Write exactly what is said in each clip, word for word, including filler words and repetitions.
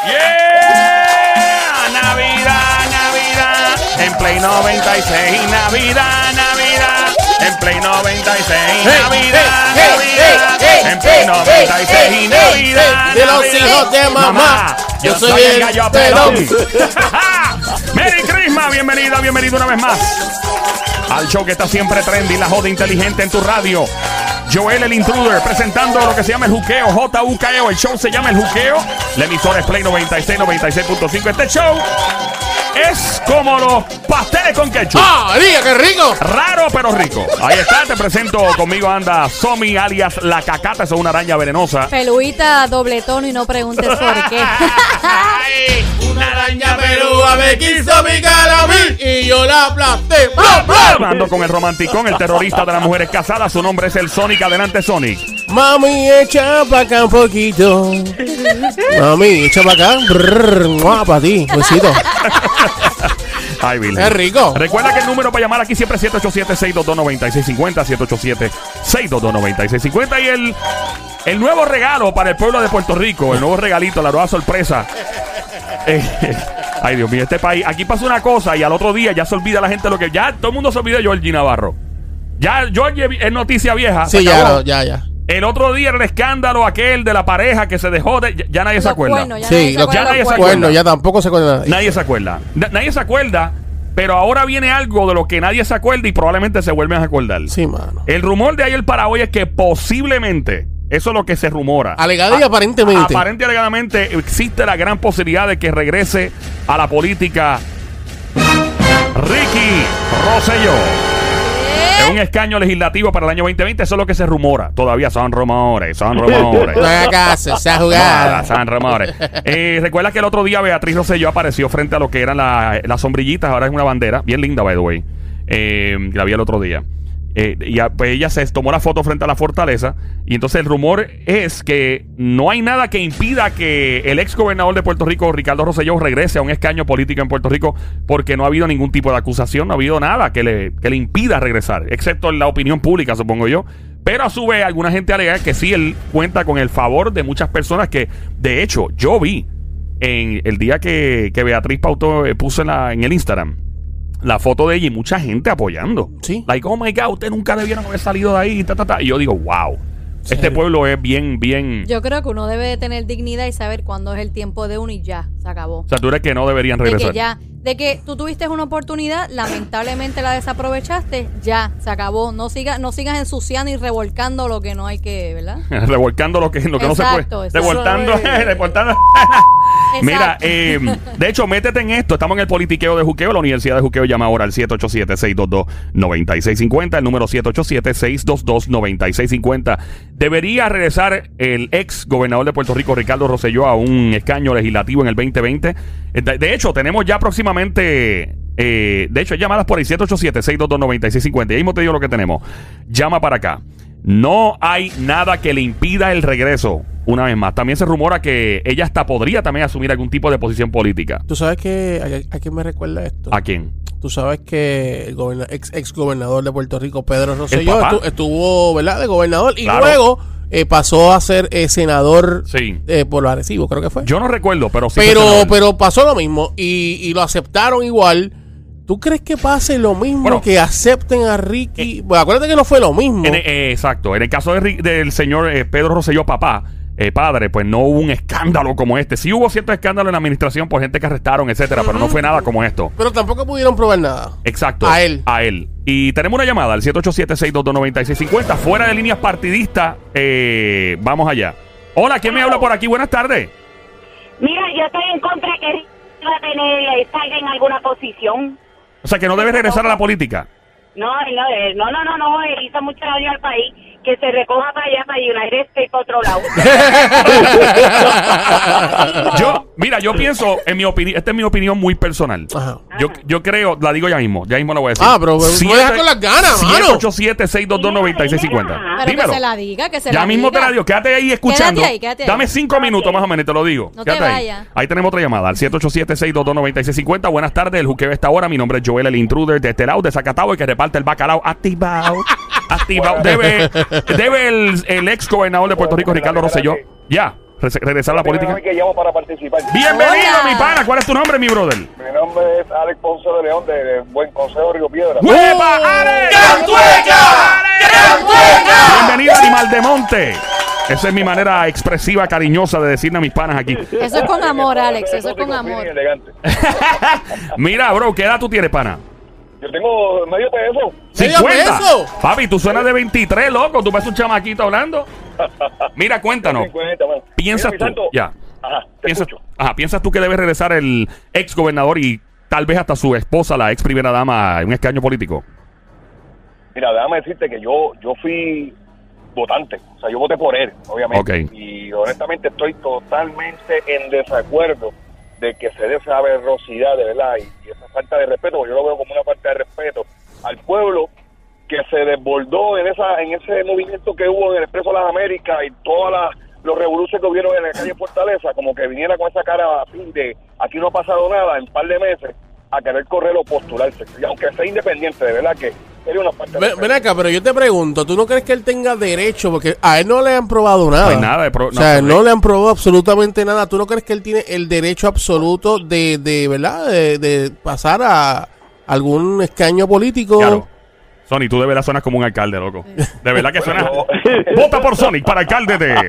Yeah, Navidad, Navidad, en Play noventa y seis, Navidad, Navidad, en Play noventa y seis, Navidad, Navidad, en Play noventa y seis, Navidad, de los hijos de mamá, yo soy el gallo pelón. Merry Christmas, bienvenida, bienvenido una vez más al show que está siempre trendy, la joda inteligente en tu radio. Joel el Intruder presentando lo que se llama el juqueo, J U K E O. El show se llama el juqueo. La emisora es Play noventa y seis, noventa y seis punto cinco. Este show es como los pasteles con ketchup. ¡Ah, diga, qué rico! Raro pero rico. Ahí está, te presento. Conmigo anda Somi alias La Cacata. Eso es una araña venenosa. Peluita doble tono y no preguntes por qué. Ay, una araña pelúa me quiso picar a mí y yo la aplasté. ¡Bla, bla! Ando con el romanticón, el terrorista de las mujeres casadas. Su nombre es el Sonic. Adelante, Sonic. Mami, echa pa' acá un poquito. Mami, echa pa' acá. Brrr, para ti, besito. Ay, Bill. Es rico. Recuerda que el número para llamar aquí siempre es siete ocho siete, seis dos dos, nueve seis cinco cero, siete ocho siete, seis dos dos, nueve seis cinco cero. Y el, el nuevo regalo para el pueblo de Puerto Rico, el nuevo regalito, la nueva sorpresa. Eh, ay, Dios mío, este país. Aquí pasa una cosa y al otro día ya se olvida la gente lo que... Ya todo el mundo se olvida de Georgie Navarro. Ya Georgie es noticia vieja. Sí, ya, no, ya, ya. El otro día el escándalo aquel de la pareja que se dejó de... Ya, ya nadie Los se acuerda. cuernos, ya Sí, nadie se los- acuerda ya nadie los se cuernos. Bueno, ya tampoco se acuerda nadie. Nadie se acuerda. Na- nadie se acuerda, pero ahora viene algo de lo que nadie se acuerda y probablemente se vuelven a acordar. Sí, mano. El rumor de ayer para hoy es que posiblemente, eso es lo que se rumora. Alegada y A- aparentemente. Aparente y alegadamente existe la gran posibilidad de que regrese a la política Ricky Rosselló. Es un escaño legislativo para el año veinte veinte. Eso es lo que se rumora. Todavía son rumores, son rumores. No haga caso, se ha Nada, jugado. son rumores. Eh, recuerda que el otro día Beatriz Rosselló apareció frente a lo que eran la- las sombrillitas. Ahora es una bandera. Bien linda, by the way. Eh, la vi el otro día. Eh, y a- pues ella se tomó la foto frente a la fortaleza. Y entonces el rumor es que no hay nada que impida que el ex gobernador de Puerto Rico, Ricardo Rosselló, regrese a un escaño político en Puerto Rico, porque no ha habido ningún tipo de acusación, no ha habido nada que le, que le impida regresar, excepto en la opinión pública, supongo yo. Pero a su vez, alguna gente alega que sí, él cuenta con el favor de muchas personas que, de hecho, yo vi en el día que, que Beatriz Pautó eh, puso en, la, en el Instagram la foto de ella y mucha gente apoyando. Sí. Like, oh my God, usted nunca debieron haber salido de ahí, ta, ta, ta. Y yo digo, wow, Sí. este pueblo es bien, bien... Yo creo que uno debe de tener dignidad y saber cuándo es el tiempo de uno y ya, se acabó. O sea, tú eres que no deberían De regresar. que ya, de que tú tuviste una oportunidad, lamentablemente la desaprovechaste, ya, se acabó. No sigas, no sigas ensuciando y revolcando lo que no hay que, ¿verdad? Revolcando lo que, lo que Exacto, no se puede. exacto. Revoltando, revoltando. Mira, eh, de hecho, métete en esto. Estamos en el politiqueo de Juqueo. La Universidad de Juqueo llama ahora al siete ocho siete, seis dos dos, nueve seis cinco cero. El número siete ocho siete, seis dos dos, nueve seis cinco cero. Debería regresar el ex gobernador de Puerto Rico, Ricardo Rosselló, a un escaño legislativo en el veinte veinte. De, de hecho, tenemos ya próximamente... Eh, de hecho, hay llamadas por el siete ocho siete, seis dos dos, nueve seis cinco cero. Y ahí mismo te digo lo que tenemos. Llama para acá. No hay nada que le impida el regreso. Una vez más, también se rumora que ella hasta podría también asumir algún tipo de posición política. ¿Tú sabes que a, a quién me recuerda esto? ¿A quién? Tú sabes que el goberna- ex, ex gobernador de Puerto Rico, Pedro Rosselló, papá? estu- estuvo, ¿verdad?, de gobernador y Claro. luego eh, pasó a ser eh, senador Sí. eh, por Arecibo, creo que fue. Yo no recuerdo, pero sí. fue pero, senador. pero pasó lo mismo y, y lo aceptaron igual. ¿Tú crees que pase lo mismo, Bueno, que acepten a Ricky? Bueno, acuérdate que no fue lo mismo. En el- eh, exacto. En el caso de Ri- del señor eh, Pedro Rosselló, papá, eh, padre, pues no hubo un escándalo como este. Sí hubo ciertos escándalos en la administración por gente que arrestaron, etcétera, pero no fue nada como esto. Pero tampoco pudieron probar nada. Exacto. A él. A él. Y tenemos una llamada al siete ocho siete, seis dos dos, nueve seis cinco cero. Fuera de líneas partidistas, eh, vamos allá. Hola, ¿quién me habla por aquí? Buenas tardes. Mira, yo estoy en contra que va a tener, eh, salga en alguna posición. O sea, que no debe regresar a la política. No, no, eh, no, no, no, no, él hizo mucho daño al país. Que se recoja para allá, para United States, para otro lado. Yo, mira, yo pienso, en mi opinión, esta es mi opinión muy personal. Ajá. Yo, yo creo, la digo ya mismo, ya mismo la voy a decir. Ah, pero me dejas con las ganas, mano. siete ocho siete, seis dos dos, nueve seis cinco cero. Pero Dímelo. que se la diga, que se Ya la mismo diga. te la digo, quédate ahí escuchando. Quédate ahí, quédate ahí. Dame cinco minutos más o menos y te lo digo. No te Quédate ahí. vayas. Ahí tenemos otra llamada al siete ocho siete, seis dos dos, nueve seis cinco cero. Buenas tardes, el juqueo esta hora. Mi nombre es Joel el Intruder de este lado, de Zacatau, y que reparte el bacalao activado. Activado. Debe, debe el, el ex gobernador de Puerto Rico, Ricardo Rosselló. Ya. re- regresar a la política? Que llamo para participar. Bienvenido, Hola. mi pana. ¿Cuál es tu nombre, mi brother? Mi nombre es Alex Ponce de León, de, de Buen Consejo Río Piedra. ¡Huepa, Alex! ¡Cantueca! ¡Cantueca! Bienvenido, animal de monte. Esa es mi manera expresiva, cariñosa de decirle a mis panas aquí. Eso es con amor, Alex, eso es con amor. Mira, bro, ¿qué edad tú tienes, pana? Yo tengo medio peso. ¿Medio cincuenta. peso? Papi, tú suenas de veintitrés, loco. Tú ves un chamaquito hablando. Mira, cuéntanos. cincuenta, bueno. ¿Piensas Mira, mi tú? santo. Ya. Ajá, te ¿Piensas, escucho. ajá, ¿Piensas tú que debe regresar el ex gobernador y tal vez hasta su esposa, la ex primera dama, en un escaño político? Mira, déjame decirte que yo yo fui votante. O sea, yo voté por él, obviamente. Ok. Y honestamente estoy totalmente en desacuerdo de que se dé esa verrosidad, de verdad, y, y esa falta de respeto, porque yo lo veo como una falta de respeto al pueblo que se desbordó en esa en ese movimiento que hubo en el Expreso de las Américas y todas las los revoluciones que hubieron en la calle Fortaleza, como que viniera con esa cara así de aquí no ha pasado nada en un par de meses a querer correr o postularse. Y aunque sea independiente, de verdad que sería una falta de Ven, respeto. ven acá, pero yo te pregunto, ¿tú no crees que él tenga derecho? Porque a él no le han probado nada. No hay nada de pro- O sea, no, no, le han probado absolutamente nada. ¿Tú no crees que él tiene el derecho absoluto de, de ¿verdad? De, de pasar a algún escaño político? Claro. Sonic, tú de verdad suenas como un alcalde, loco. De verdad que suena. Vota por Sonic para alcalde de.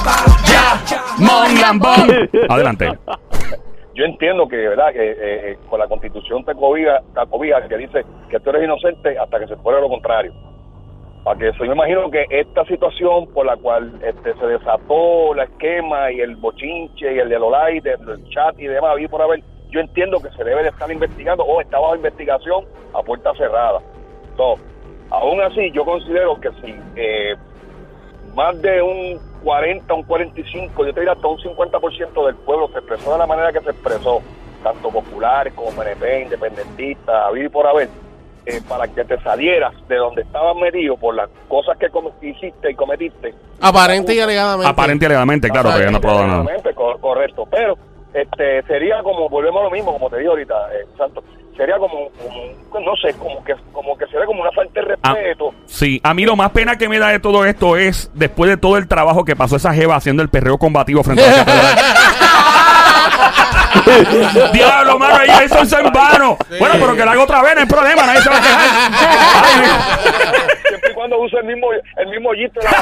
Mon Lambón. Adelante. Yo entiendo que, ¿verdad? Que eh, eh, con la Constitución te cobija, te cobija, que dice que tú eres inocente hasta que se pruebe lo contrario. Para que eso, yo me imagino que esta situación por la cual este, se desató el esquema y el bochinche y el de Lolay, del del chat y demás, y por haber, yo entiendo que se debe de estar investigando o está bajo investigación a puerta cerrada. Entonces, aún así, yo considero que si eh, más de un cuarenta, un cuarenta y cinco, yo te diría hasta un cincuenta por ciento del pueblo se expresó de la manera que se expresó, tanto populares como M N P, independentistas, a vivir por haber, eh, para que te salieras de donde estabas metido por las cosas que com- hiciste y cometiste. Aparente y alegadamente. Aparente y alegadamente, claro, pero ya no ha probado nada. Exactamente, cor- correcto, pero este sería como, volvemos a lo mismo, como te dije ahorita, eh, Santo, sería como, como, no sé, como que como que sería como una falta de respeto. Ah, sí, a mí lo más pena que me da de todo esto es después de todo el trabajo que pasó esa jeva haciendo el perreo combativo frente a la catedral. Diablo, mano, ahí eso es en vano. Sí. Bueno, pero que lo haga otra vez, no hay problema, nadie se va a quejar. Ay, Siempre y cuando use el mismo el mismo hoyito de la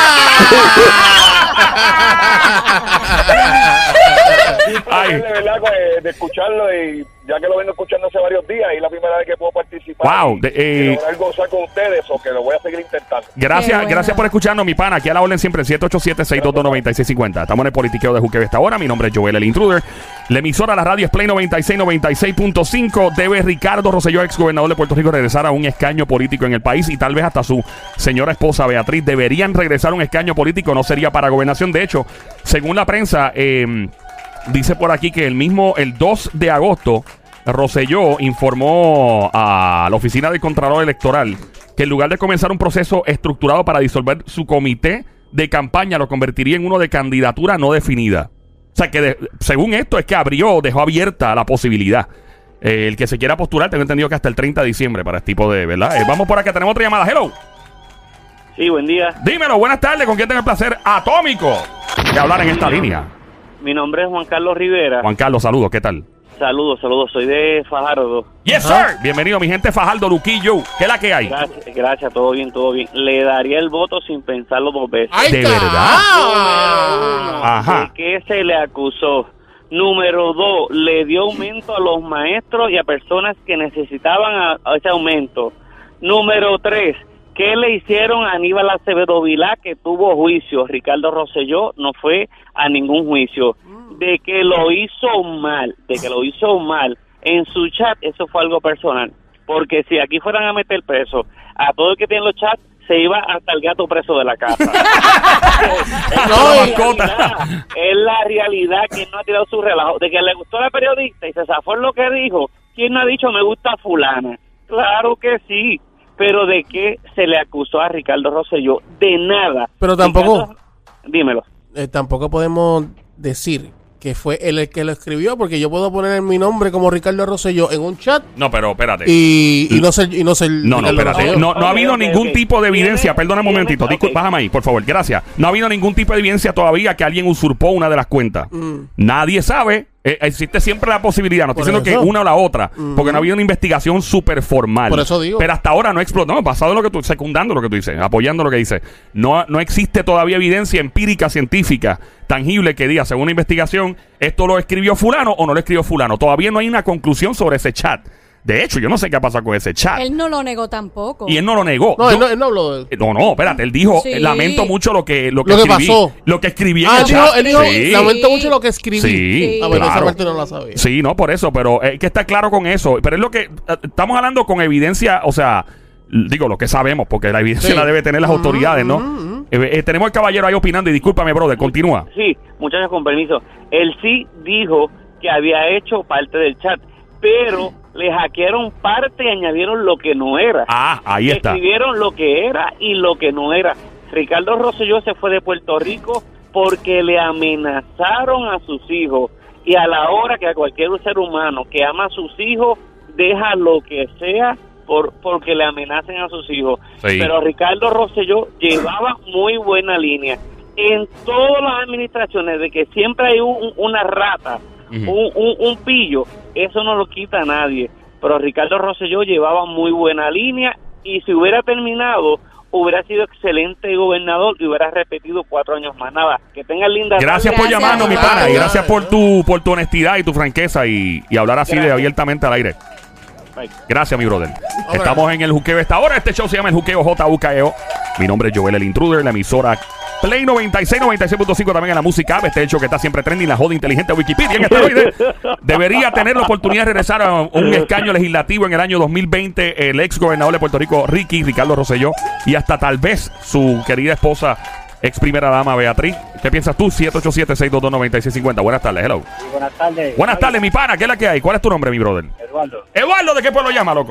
Ay. de verdad de, de escucharlo, y ya que lo vengo escuchando hace varios días y es la primera vez que puedo participar. Wow, y, de- eh, y lograr gozar con ustedes, o que lo voy a seguir intentando. Gracias, Qué buena. gracias por escucharnos, mi pana. Aquí a la orden siempre, siete ocho siete, seis dos dos, nueve seis cinco cero. Estamos en el politiqueo de Juqueo esta hora. Mi nombre es Joel, el intruder. La emisora de la radio es Play noventa y seis, noventa y seis punto cinco. Debe Ricardo Rosselló, ex gobernador de Puerto Rico, regresar a un escaño político en el país, y tal vez hasta su señora esposa Beatriz deberían regresar a un escaño político. No sería para gobernación. De hecho, según la prensa, eh, dice por aquí que el mismo, el dos de agosto, Rosselló informó a la oficina del Contralor Electoral que en lugar de comenzar un proceso estructurado para disolver su comité de campaña, lo convertiría en uno de candidatura no definida. O sea, que de- según esto es que abrió, dejó abierta la posibilidad. Eh, el que se quiera postular, tengo entendido que hasta el treinta de diciembre para este tipo de, ¿verdad? Eh, vamos por acá, tenemos otra llamada. Hello. Sí, buen día. Dímelo, buenas tardes, ¿con quién tengo el placer atómico de hablar en esta línea? Mi nombre es Juan Carlos Rivera. Juan Carlos, saludos, ¿qué tal? Saludos, saludos. Soy de Fajardo. Yes, sir. Bienvenido, mi gente Fajardo, Luquillo. ¿Qué es la que hay? Gracias, gracias. Todo bien, todo bien. Le daría el voto sin pensarlo dos veces. ¡Ay, ¿De caramba! verdad? Ajá. ¿De qué se le acusó? Número dos, le dio aumento a los maestros y a personas que necesitaban a- a ese aumento. Número tres, ¿qué le hicieron a Aníbal Acevedo Vilá, que tuvo juicio? Ricardo Rosselló no fue a ningún juicio. De que lo hizo mal, de que lo hizo mal en su chat, eso fue algo personal. Porque si aquí fueran a meter preso a todo el que tiene los chats, se iba hasta el gato preso de la casa. Es No, la y- realidad, es la realidad que no ha tirado su relajo. De que le gustó a la periodista y se zafó en lo que dijo. ¿Quién no ha dicho me gusta fulana? Claro que sí. Pero ¿de qué se le acusó a Ricardo Rosselló? De nada. Pero tampoco- Ricardo- dímelo. Eh, tampoco podemos decir que fue él el que lo escribió, porque yo puedo poner mi nombre como Ricardo Rosselló en un chat No, pero espérate. y, y no ser y no ser No, no, Ricardo espérate. Rosselló. No, no ha Ok, habido ok, ningún ok. tipo de evidencia. Tiene- Perdona un tiene- momentito. Discul- ok. Bájame ahí, por favor. Gracias. No ha habido ningún tipo de evidencia todavía que alguien usurpó una de las cuentas. Mm. Nadie sabe. Eh, existe siempre la posibilidad. No estoy Por diciendo eso. que una o la otra. Mm. Porque no ha habido una investigación súper formal. Por eso digo. Pero hasta ahora no explotó. No, basado en lo que tú, secundando lo que tú dices, apoyando lo que dices. No, no existe todavía evidencia empírica, científica, tangible que diga, según una investigación, esto lo escribió fulano o no lo escribió fulano. Todavía no hay una conclusión sobre ese chat. De hecho, yo no sé qué ha pasado con ese chat. Él no lo negó tampoco. Y él no lo negó. No, Yo- él no, él no habló de no, no, espérate, él dijo, Sí. eh, lamento mucho lo que lo que, Lo que escribí, pasó. lo que escribí en Ah, el él dijo, chat. él dijo, Sí. lamento mucho lo que escribí. Sí, Ah, bueno, esa claro. parte no la sabía. Sí, no, por eso, pero hay que estar claro con eso. Pero es lo que eh, estamos hablando con evidencia, o sea, l- digo lo que sabemos, porque la evidencia Sí. la debe tener las Ujú, autoridades, ¿no? ujú, ujú. Eh, eh, tenemos al caballero ahí opinando y discúlpame, brother, continúa. Sí, muchachos, con permiso. Él sí dijo que había hecho parte del chat, pero le hackearon parte y añadieron lo que no era. Ah, ahí está. Escribieron lo que era y lo que no era. Ricardo Rosselló se fue de Puerto Rico porque le amenazaron a sus hijos. Y a la hora que a cualquier ser humano que ama a sus hijos, deja lo que sea por porque le amenacen a sus hijos. Sí. Pero Ricardo Rosselló llevaba muy buena línea. En todas las administraciones, de que siempre hay un- una rata, Ujú. un, un, un pillo, eso no lo quita nadie. Pero Ricardo Rosselló llevaba muy buena línea y si hubiera terminado, hubiera sido excelente gobernador y hubiera repetido cuatro años más. Nada, que tengan linda Gracias tarde. por Gracias, llamarnos, mi gracias. pana, y gracias por tu por tu honestidad y tu franqueza y, y hablar así de Gracias. abiertamente al aire. Bye. Gracias, mi brother. Estamos en el juqueo esta hora. Este show se llama el Juqueo J U K E O. Mi nombre es Joel el Intruder, la emisora Play noventa y seis, noventa y seis punto cinco también en la música. Este hecho que está siempre trending, la joda inteligente de Wikipedia en esteroides. Debería tener la oportunidad de regresar a un escaño legislativo en el año dos mil veinte el ex gobernador de Puerto Rico, Ricky, Ricardo Rosselló, y hasta tal vez su querida esposa, ex primera dama Beatriz. ¿Qué piensas tú? siete ocho siete, seis dos dos, nueve seis cinco cero. Buenas tardes, hello. Buenas tardes. Buenas tardes, mi pana. ¿Qué es la que hay? ¿Cuál es tu nombre, mi brother? Eduardo, Eduardo, ¿de qué pueblo llama, loco?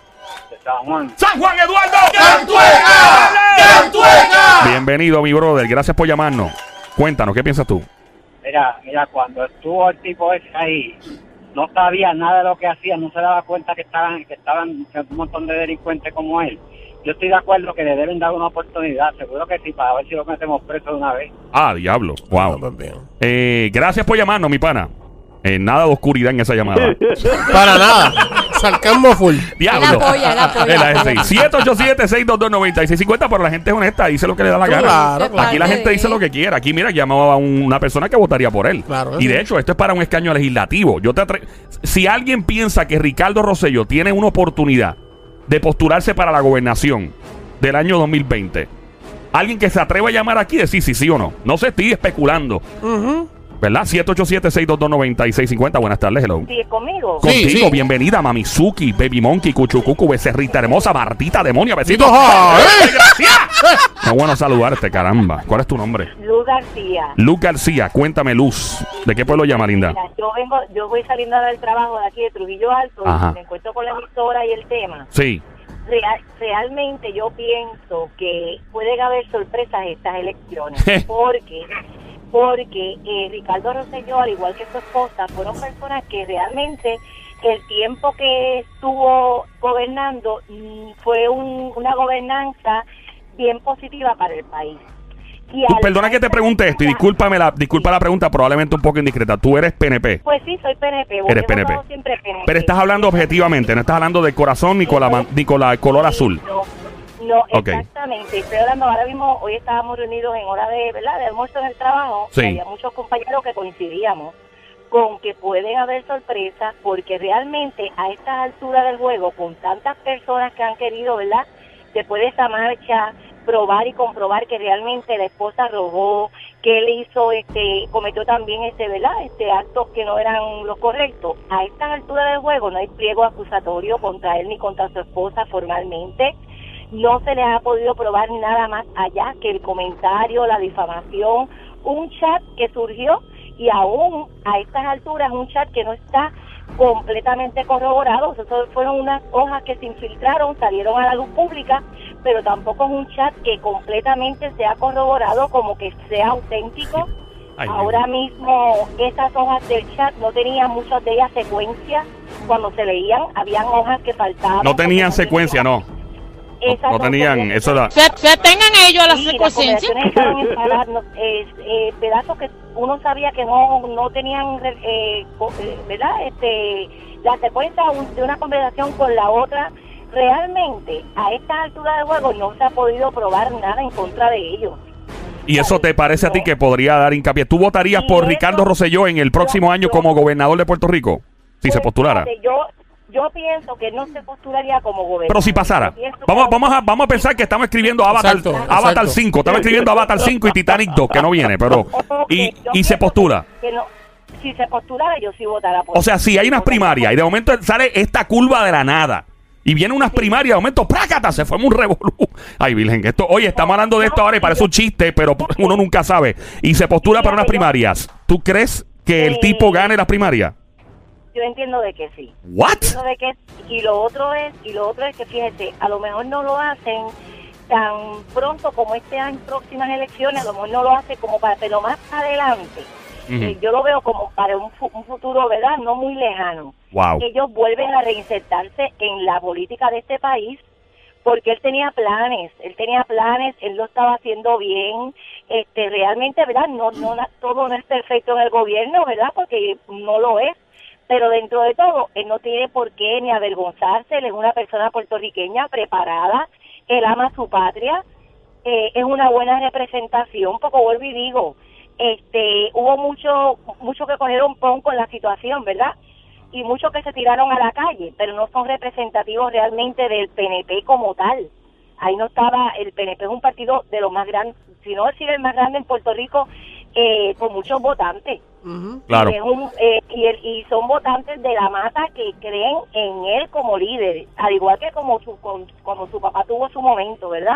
de San Juan. ¡San Juan, Eduardo! ¡Cantueca! ¡Cantueca! Bienvenido, mi brother. Gracias por llamarnos. Cuéntanos, ¿qué piensas tú? Mira, mira, cuando estuvo el tipo ese ahí, no sabía nada de lo que hacía, no se daba cuenta que estaban que estaban un montón de delincuentes como él. Yo estoy de acuerdo que le deben dar una oportunidad, seguro que sí, para ver si lo metemos preso de una vez. Ah, diablo. Ah, Wow. pues bien. Eh, gracias por llamarnos, mi pana. Eh, nada de oscuridad en esa llamada. Para nada. Sarcasmo full. Diablo. Él apoya, él apoya. Es la seis. siete ocho siete, seis dos dos, nueve seis cinco cero, pero la gente es honesta, dice lo que le da la gana. Claro, claro. Aquí la gente dice lo que quiera. Aquí, mira, llamaba a una persona que votaría por él. Claro, y de sí. hecho, esto es para un escaño legislativo. Yo te atre- Si alguien piensa que Ricardo Rosselló tiene una oportunidad de postularse para la gobernación del año dos mil veinte, alguien que se atreva a llamar aquí y decir sí, sí o no. No se estoy especulando. Ujú. ¿Verdad? siete ocho siete, seis dos dos, nueve seis cinco cero. Buenas tardes, hello. ¿Sí es conmigo? Sí, Contigo, sí. bienvenida, Mamizuki, Baby Monkey, Cuchucucu, Becerrita Hermosa, Martita, Demonia, besitos. ¡Ay! ¡Gracias! Qué bueno saludarte, caramba. ¿Cuál es tu nombre? Luz García. Luz García, cuéntame, Luz. ¿De qué pueblo llama, linda? Mira, yo vengo, yo voy saliendo del trabajo de aquí de Trujillo Alto Ajá. y me encuentro con la emisora y el tema. Sí. Real- realmente yo pienso que pueden haber sorpresas en estas elecciones porque porque eh, Ricardo Rosselló, al igual que su esposa, fueron personas que realmente el tiempo que estuvo gobernando mm, fue un- una gobernanza bien positiva para el país. Y Tú, al- perdona que te pregunte esto y discúlpame la, disculpa la pregunta, probablemente un poco indiscreta. Tú eres P N P, Pues sí, soy P N P. Eres he P N P. votado siempre P N P. pero estás hablando objetivamente, no estás hablando de corazón ni con la, man- ni con la color azul. No, no, Ok. exactamente. Estoy hablando ahora mismo, hoy estábamos reunidos en hora de, ¿verdad?, de almuerzo en el trabajo. Sí. Y había muchos compañeros que coincidíamos con que pueden haber sorpresas porque realmente a estas alturas del juego, con tantas personas que han querido, ¿verdad?, después de esa marcha, probar y comprobar que realmente la esposa robó, que él hizo, este, cometió también este, ¿verdad?, este actos que no eran los correctos. A estas alturas del juego no hay pliego acusatorio contra él ni contra su esposa formalmente. No se les ha podido probar nada más allá que el comentario, la difamación, un chat que surgió y aún a estas alturas un chat que no está completamente corroborado. Eso fueron unas hojas que se infiltraron, salieron a la luz pública, pero tampoco es un chat que completamente sea corroborado como que sea auténtico. Ay, Ahora mismo esas hojas del chat no tenían muchas de ellas secuencias. Cuando se leían, habían hojas que faltaban. No tenían secuencia, no. No, no tenían, eso era... Se, se tengan ellos a la Sí, secuencia. las conversaciones estaban instaladas, no, eh, eh, pedazos que uno sabía que no no tenían, eh, co- eh, ¿verdad? Este, la secuencia un- de una conversación con la otra. Realmente, a esta altura del juego no se ha podido probar nada en contra de ellos. ¿Y eso te parece a ti que podría dar hincapié? ¿Tú votarías Y por eso- Ricardo Rosselló en el próximo yo- año yo- como gobernador de Puerto Rico? Si se Pues, postulara. fíjate, Yo, yo pienso que no se postularía como gobernador. Pero si pasara. Yo pienso que Vamos, no- vamos, a, vamos a pensar que estamos escribiendo Avatar, Exacto, Avatar exacto. cinco. Estamos escribiendo Avatar cinco y Titanic dos, que no viene, pero... Ok, Y, yo y se pienso postula. que no, si se postulara, yo sí votara por O sea, si hay unas primarias y de momento sale esta curva de la nada y vienen unas primarias, de momento, ¡prácata! Se forma un revolú. Ay, Virgen, esto, oye, estamos hablando de esto ahora y parece un chiste, pero uno nunca sabe. Y se postula para unas primarias. ¿Tú crees que el Eh, tipo gane las primarias? Yo entiendo de que sí. ¿What? Entiendo de que y lo otro es y lo otro es que fíjese, a lo mejor no lo hacen tan pronto como este año, próximas elecciones, a lo mejor no lo hace como para, pero más adelante. Ujú. Eh, yo lo veo como para un, fu- un futuro, ¿verdad? No muy lejano. Wow. Ellos vuelven a reinsertarse en la política de este país porque él tenía planes, él tenía planes, él lo estaba haciendo bien, este, realmente, ¿verdad? No, no, na- todo no es perfecto en el gobierno, ¿verdad? Porque no lo es, pero dentro de todo, él no tiene por qué ni avergonzarse, él es una persona puertorriqueña preparada, él ama su patria, eh, es una buena representación, porque vuelvo y digo, este, hubo mucho, mucho que cogieron pon con la situación, ¿verdad? Y muchos que se tiraron a la calle, pero no son representativos realmente del P N P como tal. Ahí no estaba, el P N P es un partido de los más grandes, si no decir el más grande en Puerto Rico, eh, con muchos votantes. Ujú. Claro. Y, es un, eh, y, el- y son votantes de la masa que creen en él como líder, al igual que como su, con- como su papá tuvo su momento, ¿verdad?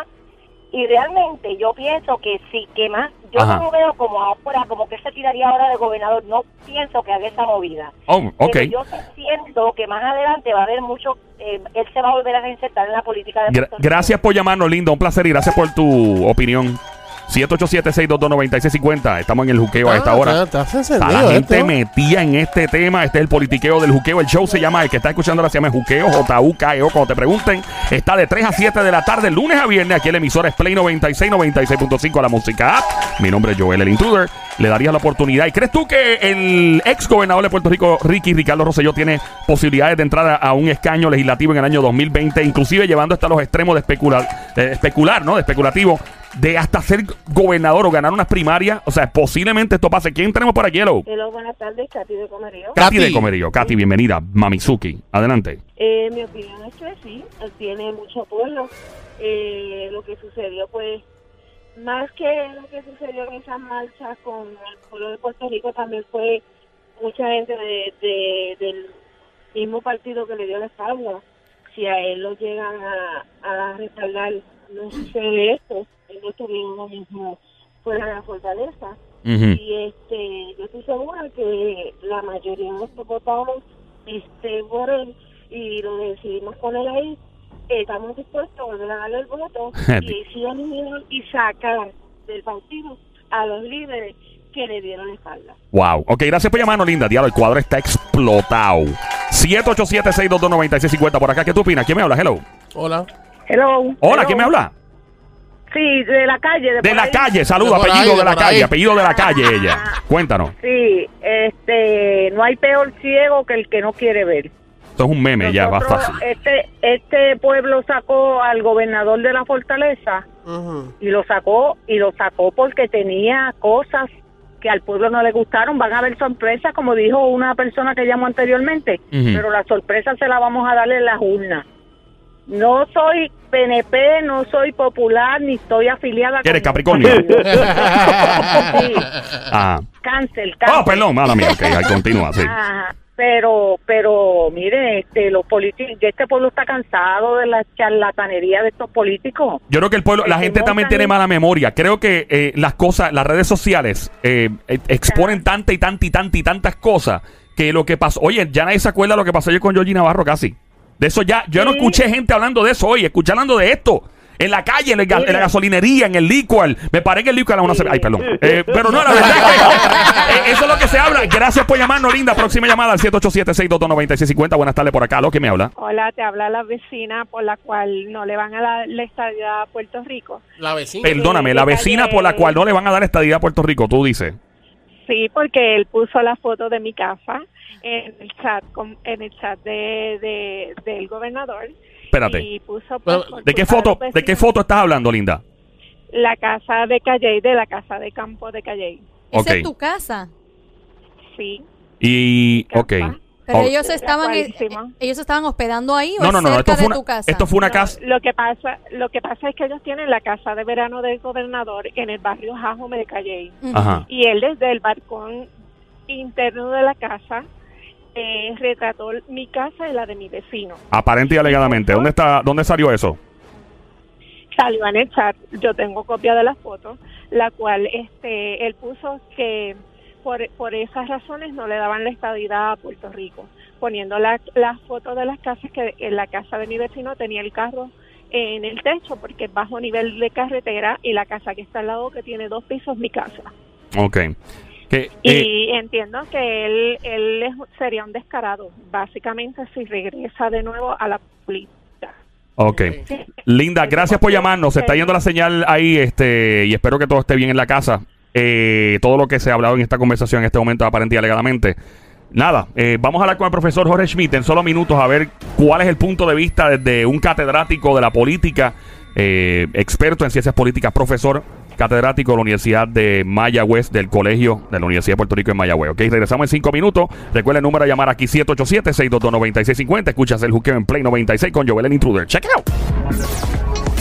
Y realmente yo pienso que sí, que más, yo Ajá. no lo veo como ahora, como que se tiraría ahora de gobernador, no pienso que haga esa movida. Oh, ok. Pero yo sí siento que más adelante va a haber mucho, eh, él se va a volver a reinsertar en la política de Gra- Puerto Rico. gracias por llamarnos, Linda. Un placer y gracias por tu opinión. siete ocho siete, seis dos dos, nueve seis cinco cero. Estamos en el juqueo a esta Ah, hora. está- está Está la encendido gente esto. metida en este tema. Este es el politiqueo del juqueo. El show se llama, el que está escuchando ahora se llama Juqueo, J U K E O. Cuando te pregunten, está de tres a siete de la tarde, lunes a viernes. Aquí el emisor es Play noventa y seis, noventa y seis punto cinco a la música app. Mi nombre es Joel, el intruder. Le darías la oportunidad. ¿Y crees tú que el ex gobernador de Puerto Rico, Ricky Ricardo Rosselló, tiene posibilidades de entrar a, a un escaño legislativo en el año dos mil veinte, inclusive llevando hasta los extremos de especular, de especular, ¿no? De especulativo, de hasta ser gobernador o ganar unas primarias? O sea, posiblemente esto pase. ¿Quién tenemos por aquí, hello? Hello, buenas tardes, Katy de Comerío. Katy de Katy. Comerío. Katy, bienvenida. Mamizuki, adelante. Eh, mi opinión es que sí, él tiene mucho apoyo. Eh, lo que sucedió, pues, más que lo que sucedió en esas marchas con el pueblo de Puerto Rico, también fue mucha gente de, de- del mismo partido que le dio la espalda. Si a él lo llegan a, a respaldar, no sucede esto. Él no estuvo lo mismo fuera de la fortaleza. Ujú. Y este, yo estoy segura que la mayoría de los que votamos este, por él y lo decidimos poner ahí, eh, estamos dispuestos a volver a darle el voto y sí eliminar y sacar del partido a los líderes que le dieron la espalda. Wow. Ok, gracias por llamarnos, Linda. Diablo, el cuadro está explotado. siete ocho siete, seis dos dos, nueve seis cinco cero. Por acá, ¿qué tú opinas? ¿Quién me habla? Hello. Hola. Hello. Hola, ¿quién me habla? Sí, de la calle. De, De por la ahí. calle, saludo, De por apellido ahí, de de la por calle, ahí. apellido de la calle ella. Cuéntanos. Sí, este, no hay peor ciego que el que no quiere ver. Esto es un meme, ya, va Nosotros, fácil. Este, este pueblo sacó al gobernador de la fortaleza Ujú. y lo sacó y lo sacó porque tenía cosas que al pueblo no le gustaron. Van a haber sorpresas, como dijo una persona que llamó anteriormente, Ujú. pero la sorpresa se la vamos a darle en las urnas. No soy P N P, no soy popular, ni estoy afiliada. ¿Eres con Capricornio? ningún partido. Sí, Ah. cáncer, cáncer. Oh, perdón, mala mía. Ok, ahí continúa, sí. Ajá, pero, pero, mire, este, los políticos, este pueblo está cansado de la charlatanería de estos políticos. Yo creo que el pueblo, la Que gente se también montan tiene en- mala memoria. Creo que eh, las cosas, las redes sociales eh, eh, exponen tanta y tanta y tanta y tantas cosas que lo que pasó. Oye, ya nadie se acuerda de lo que pasó ayer con Georgie Navarro casi. De eso ya, yo no Sí. escuché gente hablando de eso hoy, escuché hablando de esto. En la calle, en, el ga- en la gasolinería, en el licual. Me paré en el licual a una cerveza. Ay, perdón. Eh, pero no, la verdad es que eh, eso es lo que se habla. Gracias por llamarnos, linda. Próxima llamada al siete ocho siete, seis dos dos, nueve seis cinco cero. Buenas tardes por acá. ¿Lo que me habla? Hola, te habla la vecina por la cual no le van a dar la estadía a Puerto Rico. La vecina. Perdóname, la vecina por la cual no le van a dar estadía a Puerto Rico, tú dices. Sí, porque él puso la foto de mi casa en el chat con- en el chat de, de del gobernador. Espérate. Y puso Bueno, por ¿De qué culpa foto, los de qué vecinos, foto estás hablando, linda? La casa de Calley, de la casa de campo de Calley. Esa Ok. es tu casa. Sí. Y, ok. Pero Oh. ellos La estaban cual eh, hicimos. ellos estaban hospedando ahí o No, no, no, cerca esto fue de una, tu casa. esto fue una No, casa. Lo que pasa, lo que pasa es que ellos tienen la casa de verano del gobernador en el barrio Jajome de Calley. Ujú. Ajá. Y él desde el balcón interno de la casa eh, retrató mi casa y la de mi vecino. Aparente y alegadamente. ¿Dónde está, dónde salió eso? Salió en el chat, yo tengo copia de las fotos, la cual este él puso que por, por esas razones no le daban la estadidad a Puerto Rico, poniendo la- las fotos de las casas que en la casa de mi vecino tenía el carro en el techo porque es bajo nivel de carretera y la casa que está al lado que tiene dos pisos mi casa. Ok. Que, eh, Y entiendo que él, él es- sería un descarado, básicamente si regresa de nuevo a la política. ok. Linda, gracias por llamarnos. Se está yendo la señal ahí, este, y espero que todo esté bien en la casa. Eh, todo lo que se ha hablado en esta conversación en este momento aparente y alegadamente. Nada, eh, vamos a hablar con el profesor Jorge Schmidt en solo minutos a ver cuál es el punto de vista desde un catedrático de la política, eh, experto en ciencias políticas, profesor catedrático de la Universidad de Mayagüez, del Colegio de la Universidad de Puerto Rico en Mayagüez. Ok, regresamos en cinco minutos. Recuerda el número a llamar aquí siete ocho siete, seis dos dos, nueve seis cinco cero. Escuchas el Juqueo en Play noventa y seis con Joel el Intruder. Check it out.